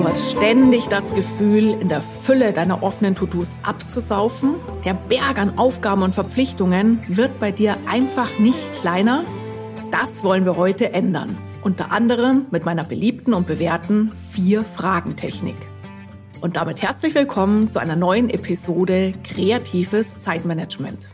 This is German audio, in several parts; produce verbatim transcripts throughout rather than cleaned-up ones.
hast ständig das Gefühl, in der Fülle deiner offenen To-Dos abzusaufen? Der Berg an Aufgaben und Verpflichtungen wird bei dir einfach nicht kleiner? Das wollen wir heute ändern. Unter anderem mit meiner beliebten und bewährten Vier-Fragen-Technik. Und damit herzlich willkommen zu einer neuen Episode Kreatives Zeitmanagement.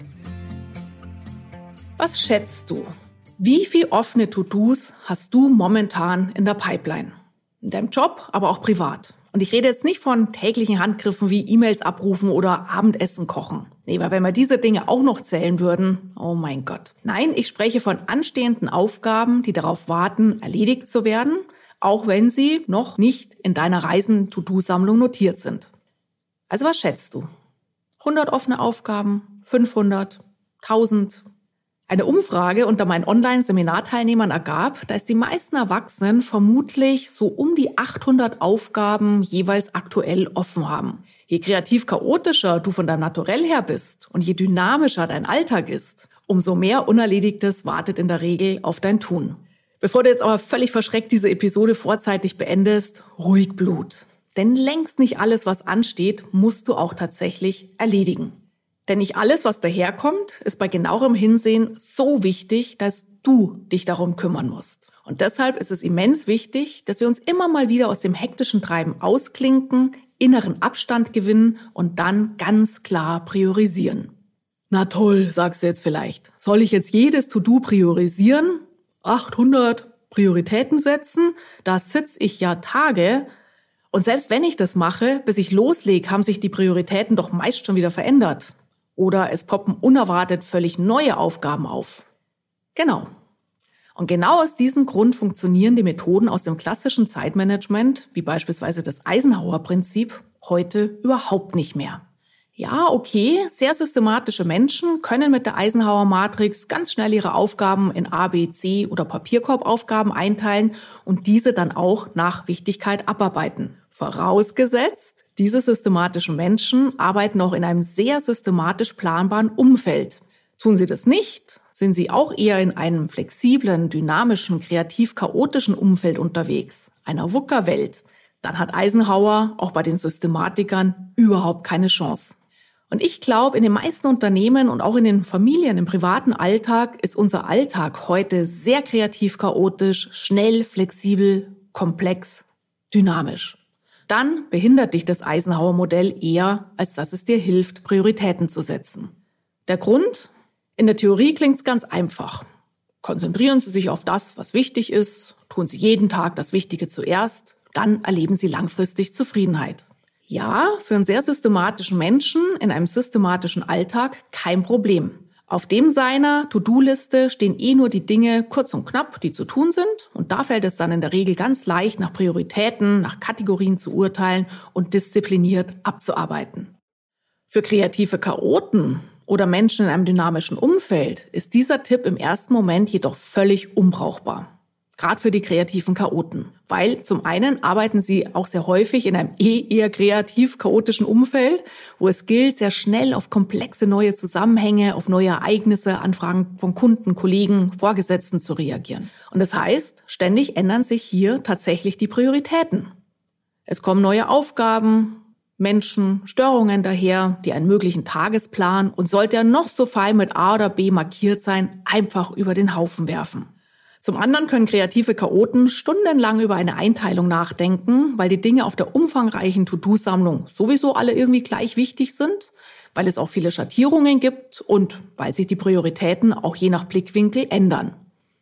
Was schätzt du? Wie viele offene To-Dos hast du momentan in der Pipeline? In deinem Job, aber auch privat. Und ich rede jetzt nicht von täglichen Handgriffen wie E-Mails abrufen oder Abendessen kochen. Nee, weil wenn wir diese Dinge auch noch zählen würden, oh mein Gott. Nein, ich spreche von anstehenden Aufgaben, die darauf warten, erledigt zu werden, auch wenn sie noch nicht in deiner Reisen-To-Do-Sammlung notiert sind. Also was schätzt du? hundert offene Aufgaben? fünfhundert? tausend? Eine Umfrage unter meinen Online-Seminarteilnehmern ergab, dass die meisten Erwachsenen vermutlich so um die achthundert Aufgaben jeweils aktuell offen haben. Je kreativ chaotischer du von deinem Naturell her bist und je dynamischer dein Alltag ist, umso mehr Unerledigtes wartet in der Regel auf dein Tun. Bevor du jetzt aber völlig verschreckt diese Episode vorzeitig beendest, ruhig Blut. Denn längst nicht alles, was ansteht, musst du auch tatsächlich erledigen. Denn nicht alles, was daherkommt, ist bei genauerem Hinsehen so wichtig, dass du dich darum kümmern musst. Und deshalb ist es immens wichtig, dass wir uns immer mal wieder aus dem hektischen Treiben ausklinken, inneren Abstand gewinnen und dann ganz klar priorisieren. Na toll, sagst du jetzt vielleicht. Soll ich jetzt jedes To-Do priorisieren? achthundert Prioritäten setzen? Da sitze ich ja Tage. Und selbst wenn ich das mache, bis ich loslege, haben sich die Prioritäten doch meist schon wieder verändert. Oder es poppen unerwartet völlig neue Aufgaben auf. Genau. Und genau aus diesem Grund funktionieren die Methoden aus dem klassischen Zeitmanagement, wie beispielsweise das Eisenhower-Prinzip, heute überhaupt nicht mehr. Ja, okay, sehr systematische Menschen können mit der Eisenhower-Matrix ganz schnell ihre Aufgaben in A, B, C oder Papierkorbaufgaben einteilen und diese dann auch nach Wichtigkeit abarbeiten. Vorausgesetzt, diese systematischen Menschen arbeiten auch in einem sehr systematisch planbaren Umfeld. Tun sie das nicht, sind sie auch eher in einem flexiblen, dynamischen, kreativ-chaotischen Umfeld unterwegs, einer VUCA-Welt. Dann hat Eisenhower auch bei den Systematikern überhaupt keine Chance. Und ich glaube, in den meisten Unternehmen und auch in den Familien, im privaten Alltag ist unser Alltag heute sehr kreativ-chaotisch, schnell, flexibel, komplex, dynamisch. Dann behindert dich das Eisenhower-Modell eher, als dass es dir hilft, Prioritäten zu setzen. Der Grund? In der Theorie klingt es ganz einfach. Konzentrieren Sie sich auf das, was wichtig ist, tun Sie jeden Tag das Wichtige zuerst, dann erleben Sie langfristig Zufriedenheit. Ja, für einen sehr systematischen Menschen in einem systematischen Alltag kein Problem. Auf dem seiner To-Do-Liste stehen eh nur die Dinge kurz und knapp, die zu tun sind. Und da fällt es dann in der Regel ganz leicht, nach Prioritäten, nach Kategorien zu urteilen und diszipliniert abzuarbeiten. Für kreative Chaoten oder Menschen in einem dynamischen Umfeld ist dieser Tipp im ersten Moment jedoch völlig unbrauchbar. Gerade für die kreativen Chaoten. Weil zum einen arbeiten sie auch sehr häufig in einem eh eher kreativ-chaotischen Umfeld, wo es gilt, sehr schnell auf komplexe neue Zusammenhänge, auf neue Ereignisse, Anfragen von Kunden, Kollegen, Vorgesetzten zu reagieren. Und das heißt, ständig ändern sich hier tatsächlich die Prioritäten. Es kommen neue Aufgaben, Menschen, Störungen daher, die einen möglichen Tagesplan und sollte er noch so fein mit A oder B markiert sein, einfach über den Haufen werfen. Zum anderen können kreative Chaoten stundenlang über eine Einteilung nachdenken, weil die Dinge auf der umfangreichen To-Do-Sammlung sowieso alle irgendwie gleich wichtig sind, weil es auch viele Schattierungen gibt und weil sich die Prioritäten auch je nach Blickwinkel ändern.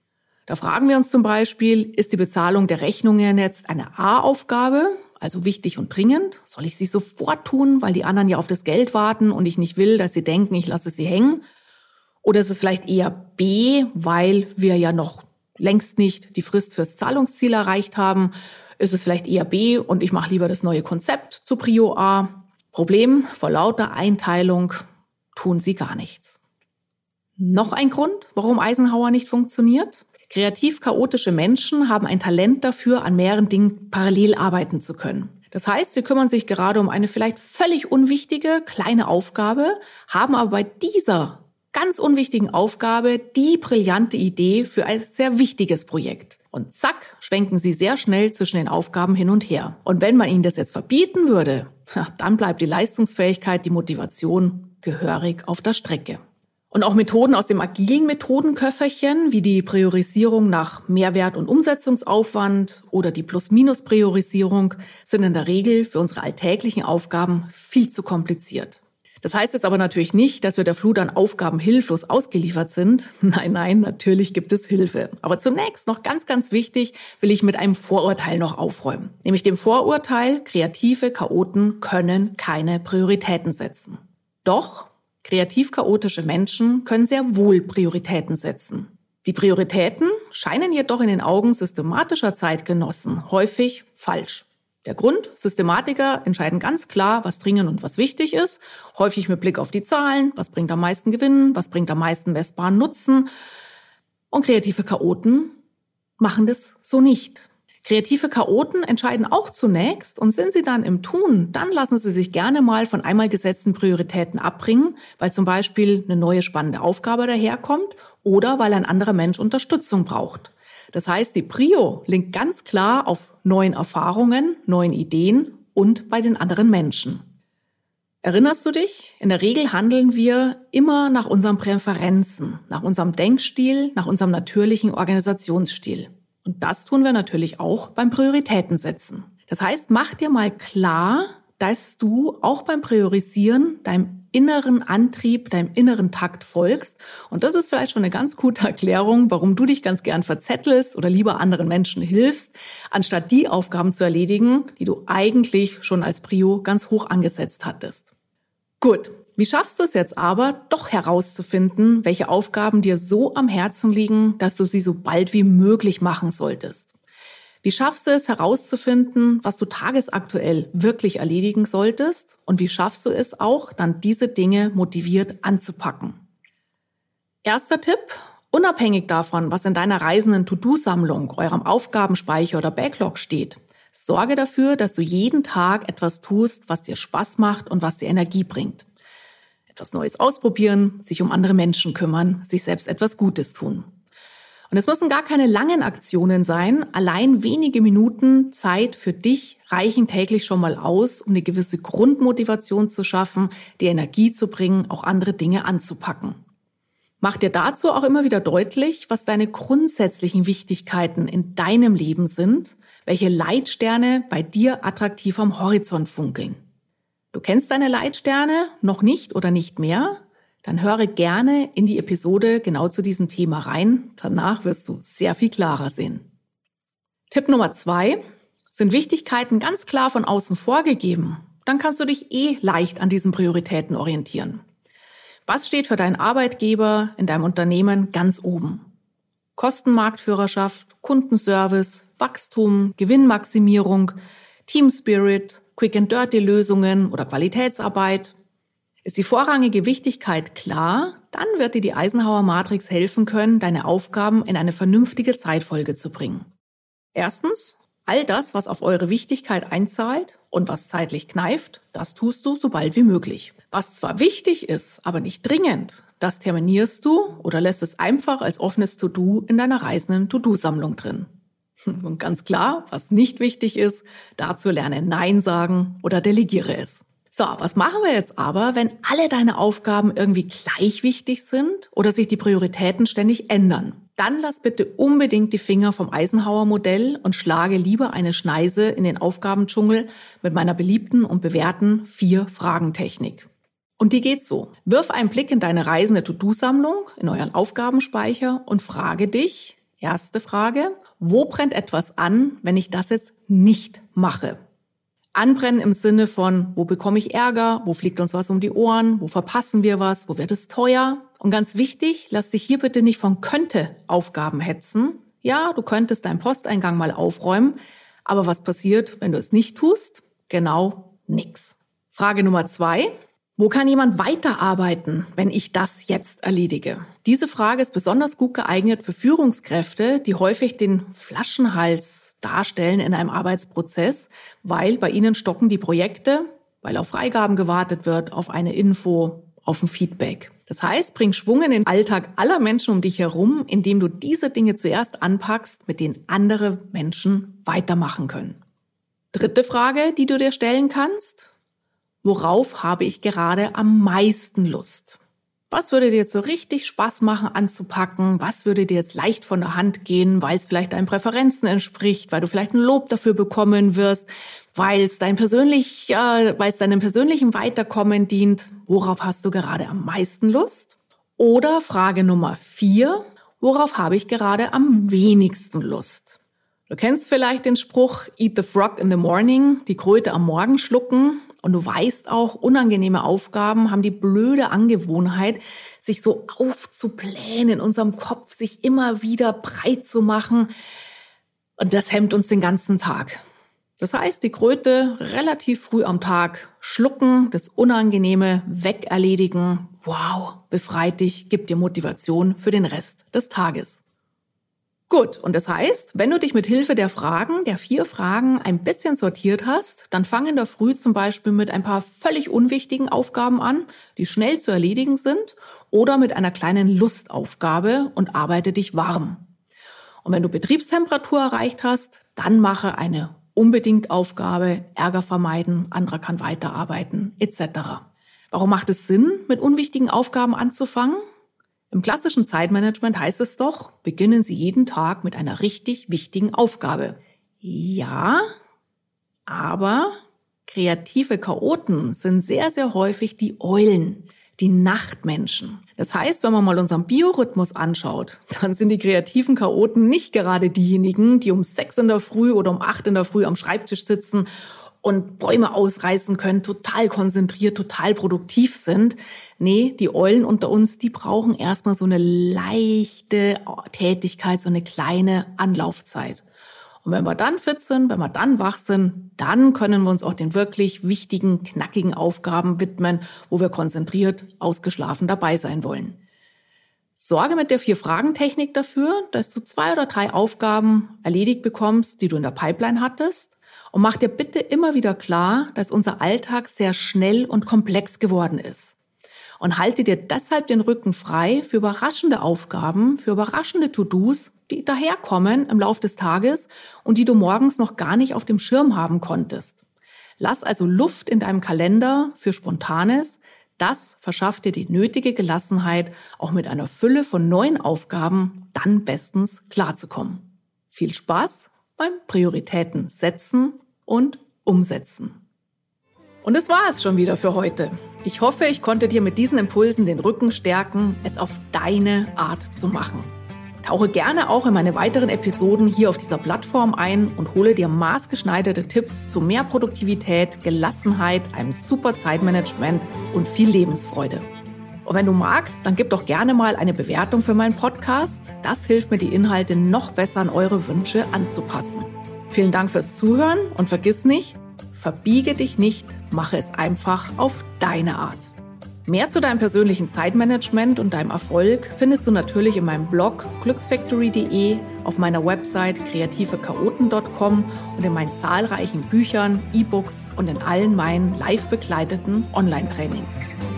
Da fragen wir uns zum Beispiel, ist die Bezahlung der Rechnungen jetzt eine A-Aufgabe, also wichtig und dringend? Soll ich sie sofort tun, weil die anderen ja auf das Geld warten und ich nicht will, dass sie denken, ich lasse sie hängen? Oder ist es vielleicht eher B, weil wir ja noch längst nicht die Frist fürs Zahlungsziel erreicht haben, ist es vielleicht eher B und ich mache lieber das neue Konzept zu Prio A. Problem, vor lauter Einteilung tun sie gar nichts. Noch ein Grund, warum Eisenhower nicht funktioniert? Kreativ-chaotische Menschen haben ein Talent dafür, an mehreren Dingen parallel arbeiten zu können. Das heißt, sie kümmern sich gerade um eine vielleicht völlig unwichtige kleine Aufgabe, haben aber bei dieser ganz unwichtigen Aufgabe die brillante Idee für ein sehr wichtiges Projekt. Und zack, schwenken Sie sehr schnell zwischen den Aufgaben hin und her. Und wenn man Ihnen das jetzt verbieten würde, dann bleibt die Leistungsfähigkeit, die Motivation gehörig auf der Strecke. Und auch Methoden aus dem agilen Methodenköfferchen, wie die Priorisierung nach Mehrwert- und Umsetzungsaufwand oder die Plus-Minus-Priorisierung, sind in der Regel für unsere alltäglichen Aufgaben viel zu kompliziert. Das heißt jetzt aber natürlich nicht, dass wir der Flut an Aufgaben hilflos ausgeliefert sind. Nein, nein, natürlich gibt es Hilfe. Aber zunächst noch ganz, ganz wichtig, will ich mit einem Vorurteil noch aufräumen. Nämlich dem Vorurteil, kreative Chaoten können keine Prioritäten setzen. Doch kreativ-chaotische Menschen können sehr wohl Prioritäten setzen. Die Prioritäten scheinen jedoch in den Augen systematischer Zeitgenossen häufig falsch. Der Grund: Systematiker entscheiden ganz klar, was dringend und was wichtig ist, häufig mit Blick auf die Zahlen, was bringt am meisten Gewinn, was bringt am meisten messbaren Nutzen. Und kreative Chaoten machen das so nicht. Kreative Chaoten entscheiden auch zunächst und sind sie dann im Tun, dann lassen sie sich gerne mal von einmal gesetzten Prioritäten abbringen, weil zum Beispiel eine neue spannende Aufgabe daherkommt oder weil ein anderer Mensch Unterstützung braucht. Das heißt, die Prio liegt ganz klar auf neuen Erfahrungen, neuen Ideen und bei den anderen Menschen. Erinnerst du dich? In der Regel handeln wir immer nach unseren Präferenzen, nach unserem Denkstil, nach unserem natürlichen Organisationsstil. Und das tun wir natürlich auch beim Prioritätensetzen. Das heißt, mach dir mal klar, dass du auch beim Priorisieren deinem inneren Antrieb, deinem inneren Takt folgst. Und das ist vielleicht schon eine ganz gute Erklärung, warum du dich ganz gern verzettelst oder lieber anderen Menschen hilfst, anstatt die Aufgaben zu erledigen, die du eigentlich schon als Prio ganz hoch angesetzt hattest. Gut, wie schaffst du es jetzt aber, doch herauszufinden, welche Aufgaben dir so am Herzen liegen, dass du sie so bald wie möglich machen solltest? Wie schaffst du es herauszufinden, was du tagesaktuell wirklich erledigen solltest? Und wie schaffst du es auch, dann diese Dinge motiviert anzupacken? Erster Tipp: Unabhängig davon, was in deiner reisenden To-Do-Sammlung, eurem Aufgabenspeicher oder Backlog steht, sorge dafür, dass du jeden Tag etwas tust, was dir Spaß macht und was dir Energie bringt. Etwas Neues ausprobieren, sich um andere Menschen kümmern, sich selbst etwas Gutes tun. Und es müssen gar keine langen Aktionen sein. Allein wenige Minuten Zeit für dich reichen täglich schon mal aus, um eine gewisse Grundmotivation zu schaffen, dir Energie zu bringen, auch andere Dinge anzupacken. Mach dir dazu auch immer wieder deutlich, was deine grundsätzlichen Wichtigkeiten in deinem Leben sind, welche Leitsterne bei dir attraktiv am Horizont funkeln. Du kennst deine Leitsterne noch nicht oder nicht mehr? Dann höre gerne in die Episode genau zu diesem Thema rein. Danach wirst du sehr viel klarer sehen. Tipp Nummer zwei: Sind Wichtigkeiten ganz klar von außen vorgegeben, dann kannst du dich eh leicht an diesen Prioritäten orientieren. Was steht für deinen Arbeitgeber in deinem Unternehmen ganz oben? Kostenmarktführerschaft, Kundenservice, Wachstum, Gewinnmaximierung, Team Spirit, Quick and Dirty Lösungen oder Qualitätsarbeit? Ist die vorrangige Wichtigkeit klar, dann wird dir die Eisenhower Matrix helfen können, deine Aufgaben in eine vernünftige Zeitfolge zu bringen. Erstens, all das, was auf eure Wichtigkeit einzahlt und was zeitlich kneift, das tust du so bald wie möglich. Was zwar wichtig ist, aber nicht dringend, das terminierst du oder lässt es einfach als offenes To-Do in deiner reisenden To-Do-Sammlung drin. Und ganz klar, was nicht wichtig ist, dazu lerne Nein sagen oder delegiere es. So, was machen wir jetzt aber, wenn alle deine Aufgaben irgendwie gleich wichtig sind oder sich die Prioritäten ständig ändern? Dann lass bitte unbedingt die Finger vom Eisenhower-Modell und schlage lieber eine Schneise in den Aufgabendschungel mit meiner beliebten und bewährten Vier-Fragen-Technik. Und die geht so: Wirf einen Blick in deine reisende To-Do-Sammlung, in euren Aufgabenspeicher und frage dich, erste Frage, wo brennt etwas an, wenn ich das jetzt nicht mache? Anbrennen im Sinne von, wo bekomme ich Ärger, wo fliegt uns was um die Ohren, wo verpassen wir was, wo wird es teuer? Und ganz wichtig, lass dich hier bitte nicht von Könnte-Aufgaben hetzen. Ja, du könntest deinen Posteingang mal aufräumen, aber was passiert, wenn du es nicht tust? Genau nix. Frage Nummer zwei: Wo kann jemand weiterarbeiten, wenn ich das jetzt erledige? Diese Frage ist besonders gut geeignet für Führungskräfte, die häufig den Flaschenhals darstellen in einem Arbeitsprozess, weil bei ihnen stocken die Projekte, weil auf Freigaben gewartet wird, auf eine Info, auf ein Feedback. Das heißt, bring Schwung in den Alltag aller Menschen um dich herum, indem du diese Dinge zuerst anpackst, mit denen andere Menschen weitermachen können. Dritte Frage, die du dir stellen kannst: Worauf habe ich gerade am meisten Lust? Was würde dir jetzt so richtig Spaß machen anzupacken? Was würde dir jetzt leicht von der Hand gehen, weil es vielleicht deinen Präferenzen entspricht, weil du vielleicht ein Lob dafür bekommen wirst, weil es dein persönlich, äh, weil es deinem persönlichen Weiterkommen dient? Worauf hast du gerade am meisten Lust? Oder Frage Nummer vier: Worauf habe ich gerade am wenigsten Lust? Du kennst vielleicht den Spruch, eat the frog in the morning, die Kröte am Morgen schlucken. Und du weißt auch, unangenehme Aufgaben haben die blöde Angewohnheit, sich so aufzublähen in unserem Kopf, sich immer wieder breit zu machen. Und das hemmt uns den ganzen Tag. Das heißt, die Kröte relativ früh am Tag schlucken, das Unangenehme wegerledigen. Wow, befreit dich, gibt dir Motivation für den Rest des Tages. Gut, und das heißt, wenn du dich mit Hilfe der Fragen, der vier Fragen ein bisschen sortiert hast, dann fang in der Früh zum Beispiel mit ein paar völlig unwichtigen Aufgaben an, die schnell zu erledigen sind, oder mit einer kleinen Lustaufgabe und arbeite dich warm. Und wenn du Betriebstemperatur erreicht hast, dann mache eine Unbedingt-Aufgabe, Ärger vermeiden, anderer kann weiterarbeiten, et cetera. Warum macht es Sinn, mit unwichtigen Aufgaben anzufangen? Im klassischen Zeitmanagement heißt es doch, beginnen Sie jeden Tag mit einer richtig wichtigen Aufgabe. Ja, aber kreative Chaoten sind sehr, sehr häufig die Eulen, die Nachtmenschen. Das heißt, wenn man mal unseren Biorhythmus anschaut, dann sind die kreativen Chaoten nicht gerade diejenigen, die um sechs in der Früh oder um acht in der Früh am Schreibtisch sitzen und Bäume ausreißen können, total konzentriert, total produktiv sind. Nee, die Eulen unter uns, die brauchen erstmal so eine leichte Tätigkeit, so eine kleine Anlaufzeit. Und wenn wir dann fit sind, wenn wir dann wach sind, dann können wir uns auch den wirklich wichtigen, knackigen Aufgaben widmen, wo wir konzentriert, ausgeschlafen dabei sein wollen. Sorge mit der Vier-Fragen-Technik dafür, dass du zwei oder drei Aufgaben erledigt bekommst, die du in der Pipeline hattest. Und mach dir bitte immer wieder klar, dass unser Alltag sehr schnell und komplex geworden ist. Und halte dir deshalb den Rücken frei für überraschende Aufgaben, für überraschende To-Dos, die daherkommen im Lauf des Tages und die du morgens noch gar nicht auf dem Schirm haben konntest. Lass also Luft in deinem Kalender für Spontanes. Das verschafft dir die nötige Gelassenheit, auch mit einer Fülle von neuen Aufgaben dann bestens klarzukommen. Viel Spaß beim Prioritäten setzen und umsetzen. Und das war es schon wieder für heute. Ich hoffe, ich konnte dir mit diesen Impulsen den Rücken stärken, es auf deine Art zu machen. Tauche gerne auch in meine weiteren Episoden hier auf dieser Plattform ein und hole dir maßgeschneiderte Tipps zu mehr Produktivität, Gelassenheit, einem super Zeitmanagement und viel Lebensfreude. Und wenn du magst, dann gib doch gerne mal eine Bewertung für meinen Podcast. Das hilft mir, die Inhalte noch besser an eure Wünsche anzupassen. Vielen Dank fürs Zuhören und vergiss nicht, verbiege dich nicht, mache es einfach auf deine Art. Mehr zu deinem persönlichen Zeitmanagement und deinem Erfolg findest du natürlich in meinem Blog glücksfactory punkt de, auf meiner Website kreative chaoten punkt com und in meinen zahlreichen Büchern, E-Books und in allen meinen live begleiteten Online-Trainings.